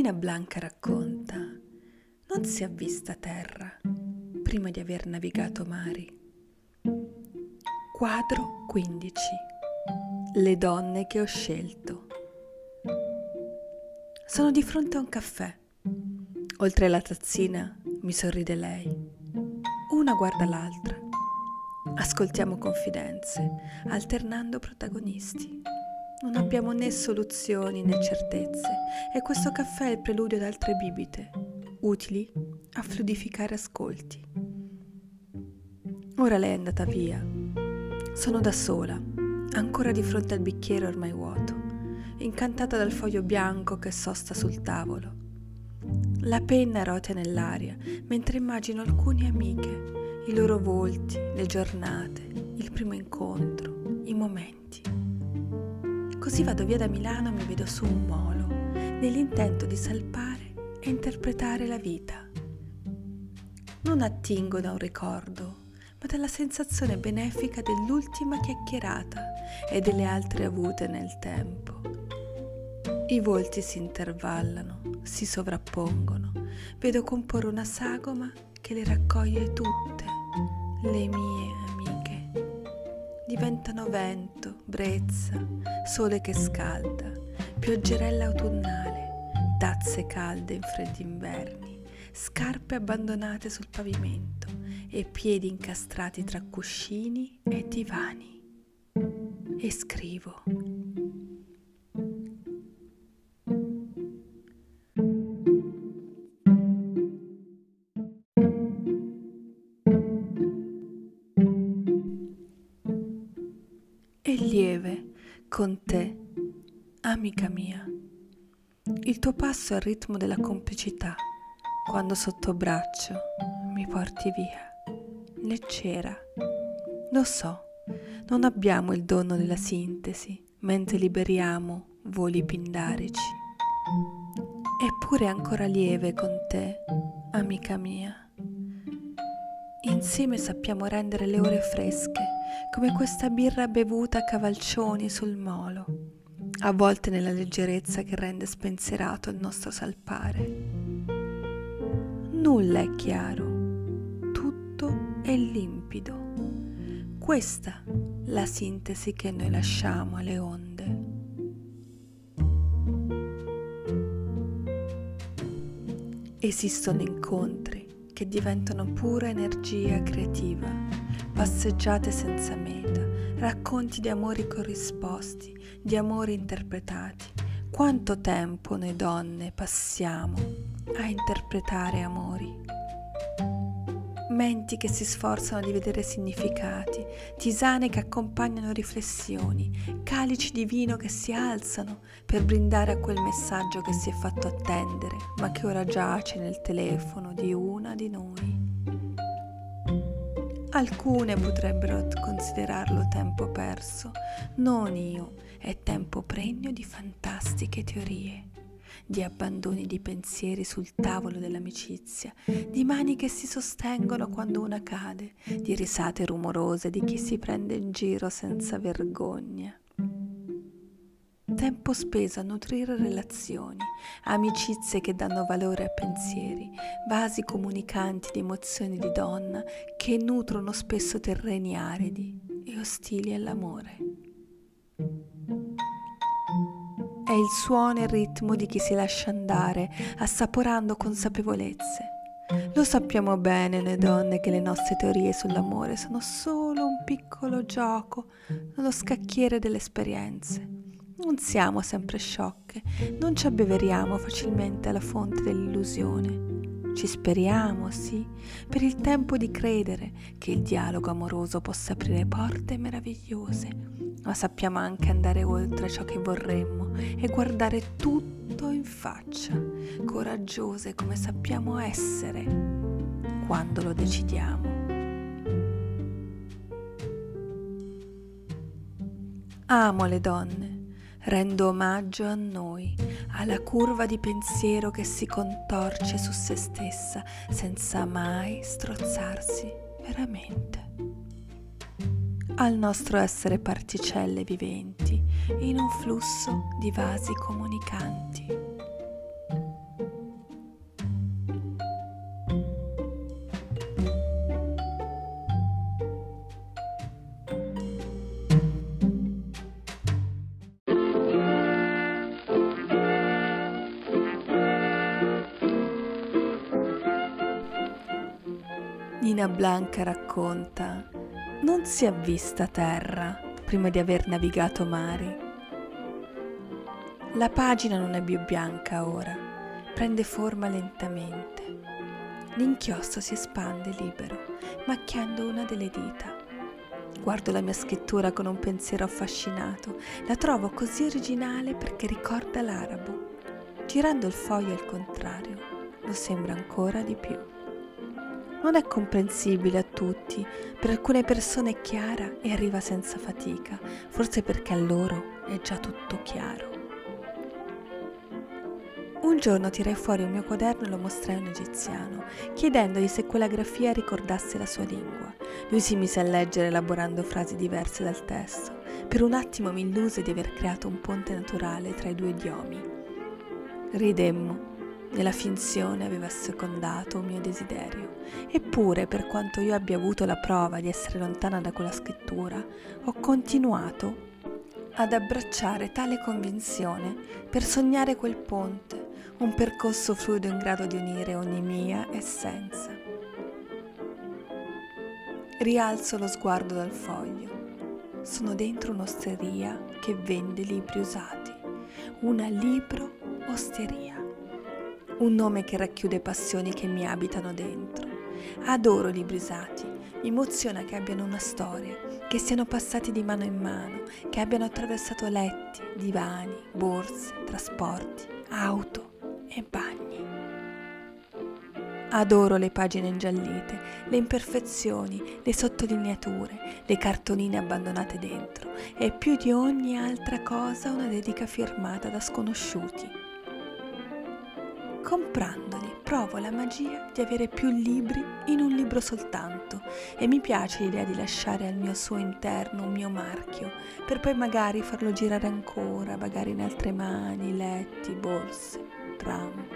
Nina Blanca racconta: non si è vista terra prima di aver navigato mari. Quadro 15. Le donne che ho scelto. Sono di fronte a un caffè. Oltre la tazzina mi sorride lei. Una guarda l'altra. Ascoltiamo confidenze, alternando protagonisti. Non abbiamo né soluzioni né certezze e questo caffè è il preludio ad altre bibite, utili a fluidificare ascolti. Ora lei è andata via. Sono da sola, ancora di fronte al bicchiere ormai vuoto, incantata dal foglio bianco che sosta sul tavolo. La penna rotea nell'aria mentre immagino alcune amiche, i loro volti, le giornate, il primo incontro, i momenti. Così vado via da Milano e mi vedo su un molo, nell'intento di salpare e interpretare la vita. Non attingo da un ricordo, ma dalla sensazione benefica dell'ultima chiacchierata e delle altre avute nel tempo. I volti si intervallano, si sovrappongono, vedo comporre una sagoma che le raccoglie tutte, le mie amiche. Diventano vento, brezza, sole che scalda, pioggerella autunnale, tazze calde in freddi inverni, scarpe abbandonate sul pavimento e piedi incastrati tra cuscini e divani. E scrivo. E lieve con te, amica mia. Il tuo passo è il ritmo della complicità, quando sotto braccio mi porti via, leggera. Lo so, non abbiamo il dono della sintesi, mentre liberiamo voli pindarici. Eppure è ancora lieve con te, amica mia. Insieme sappiamo rendere le ore fresche, come questa birra bevuta a cavalcioni sul molo, a volte nella leggerezza che rende spensierato il nostro salpare. Nulla è chiaro, tutto è limpido. Questa la sintesi che noi lasciamo alle onde. Esistono incontri che diventano pura energia creativa, passeggiate senza meta, racconti di amori corrisposti, di amori interpretati. Quanto tempo noi donne passiamo a interpretare amori? Menti che si sforzano di vedere significati, tisane che accompagnano riflessioni, calici di vino che si alzano per brindare a quel messaggio che si è fatto attendere, ma che ora giace nel telefono di una di noi. Alcune potrebbero considerarlo tempo perso, non io, è tempo pregno di fantastiche teorie, di abbandoni di pensieri sul tavolo dell'amicizia, di mani che si sostengono quando una cade, di risate rumorose di chi si prende in giro senza vergogna. Tempo speso a nutrire relazioni, amicizie che danno valore a pensieri, vasi comunicanti di emozioni di donna che nutrono spesso terreni aridi e ostili all'amore. È il suono e il ritmo di chi si lascia andare, assaporando consapevolezze. Lo sappiamo bene noi donne che le nostre teorie sull'amore sono solo un piccolo gioco nello scacchiere delle esperienze. Non siamo sempre sciocche, non ci abbeveriamo facilmente alla fonte dell'illusione. Ci speriamo, sì, per il tempo di credere che il dialogo amoroso possa aprire porte meravigliose, ma sappiamo anche andare oltre ciò che vorremmo e guardare tutto in faccia, coraggiose come sappiamo essere quando lo decidiamo. Amo le donne. Rendo omaggio a noi, alla curva di pensiero che si contorce su se stessa senza mai strozzarsi veramente. Al nostro essere particelle viventi in un flusso di vasi comunicanti. Nina Blanca racconta: non si è vista terra prima di aver navigato mari. La pagina non è più bianca ora, prende forma lentamente. L'inchiostro si espande libero, macchiando una delle dita. Guardo la mia scrittura con un pensiero affascinato. La trovo così originale perché ricorda l'arabo. Girando il foglio al contrario, lo sembra ancora di più. Non è comprensibile a tutti, per alcune persone è chiara e arriva senza fatica, forse perché a loro è già tutto chiaro. Un giorno tirai fuori un mio quaderno e lo mostrai a un egiziano, chiedendogli se quella grafia ricordasse la sua lingua. Lui si mise a leggere elaborando frasi diverse dal testo. Per un attimo mi illuse di aver creato un ponte naturale tra i due idiomi. Ridemmo. Nella finzione aveva assecondato un mio desiderio. Eppure, per quanto io abbia avuto la prova di essere lontana da quella scrittura, ho continuato ad abbracciare tale convinzione per sognare quel ponte, un percorso fluido in grado di unire ogni mia essenza. Rialzo lo sguardo dal foglio. Sono dentro un'osteria che vende libri usati. Una libro-osteria. Un nome che racchiude passioni che mi abitano dentro. Adoro libri usati. Mi emoziona che abbiano una storia, che siano passati di mano in mano, che abbiano attraversato letti, divani, borse, trasporti, auto e bagni. Adoro le pagine ingiallite, le imperfezioni, le sottolineature, le cartoline abbandonate dentro e più di ogni altra cosa una dedica firmata da sconosciuti. Comprandoli provo la magia di avere più libri in un libro soltanto e mi piace l'idea di lasciare al mio suo interno un mio marchio per poi magari farlo girare ancora, magari in altre mani, letti, borse, tram.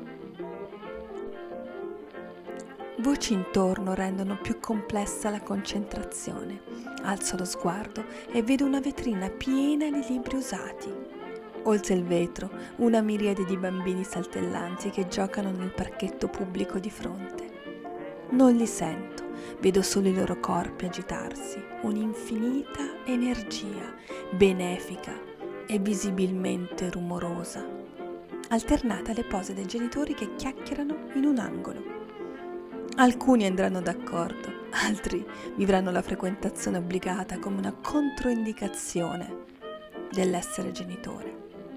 Voci intorno rendono più complessa la concentrazione. Alzo lo sguardo e vedo una vetrina piena di libri usati. Oltre il vetro, una miriade di bambini saltellanti che giocano nel parchetto pubblico di fronte. Non li sento, vedo solo i loro corpi agitarsi, un'infinita energia, benefica e visibilmente rumorosa, alternata alle pose dei genitori che chiacchierano in un angolo. Alcuni andranno d'accordo, altri vivranno la frequentazione obbligata come una controindicazione dell'essere genitore.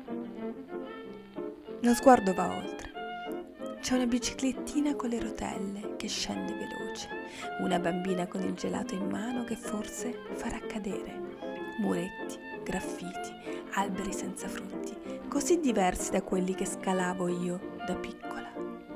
Lo sguardo va oltre. C'è una biciclettina con le rotelle che scende veloce, una bambina con il gelato in mano che forse farà cadere, muretti, graffiti, alberi senza frutti, così diversi da quelli che scalavo io da piccola.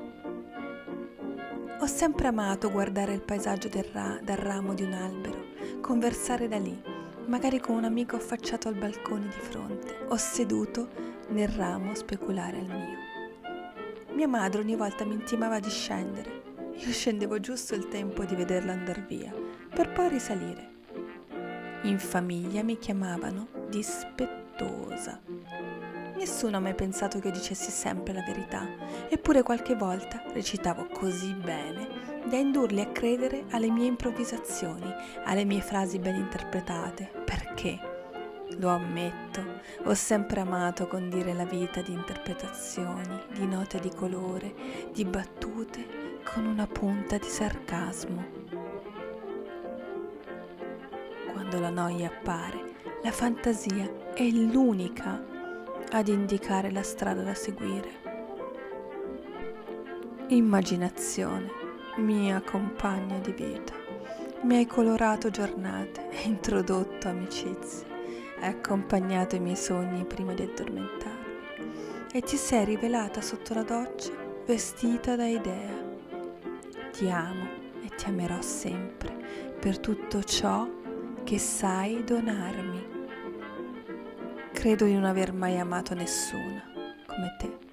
Ho sempre amato guardare il paesaggio dal ramo di un albero, conversare da lì, magari con un amico affacciato al balcone di fronte o seduto nel ramo speculare al mio. Mia madre ogni volta mi intimava di scendere. Io scendevo giusto il tempo di vederla andar via, per poi risalire. In famiglia mi chiamavano dispettosa. Nessuno ha mai pensato che io dicessi sempre la verità, eppure qualche volta recitavo così bene da indurli a credere alle mie improvvisazioni, alle mie frasi ben interpretate, perché, lo ammetto, ho sempre amato condire la vita di interpretazioni, di note di colore, di battute con una punta di sarcasmo. Quando la noia appare, la fantasia è l'unica ad indicare la strada da seguire. Immaginazione, mia compagna di vita, mi hai colorato giornate e introdotto amicizie. Hai accompagnato i miei sogni prima di addormentarmi e ti sei rivelata sotto la doccia vestita da idea. Ti amo e ti amerò sempre per tutto ciò che sai donarmi. Credo di non aver mai amato nessuna come te.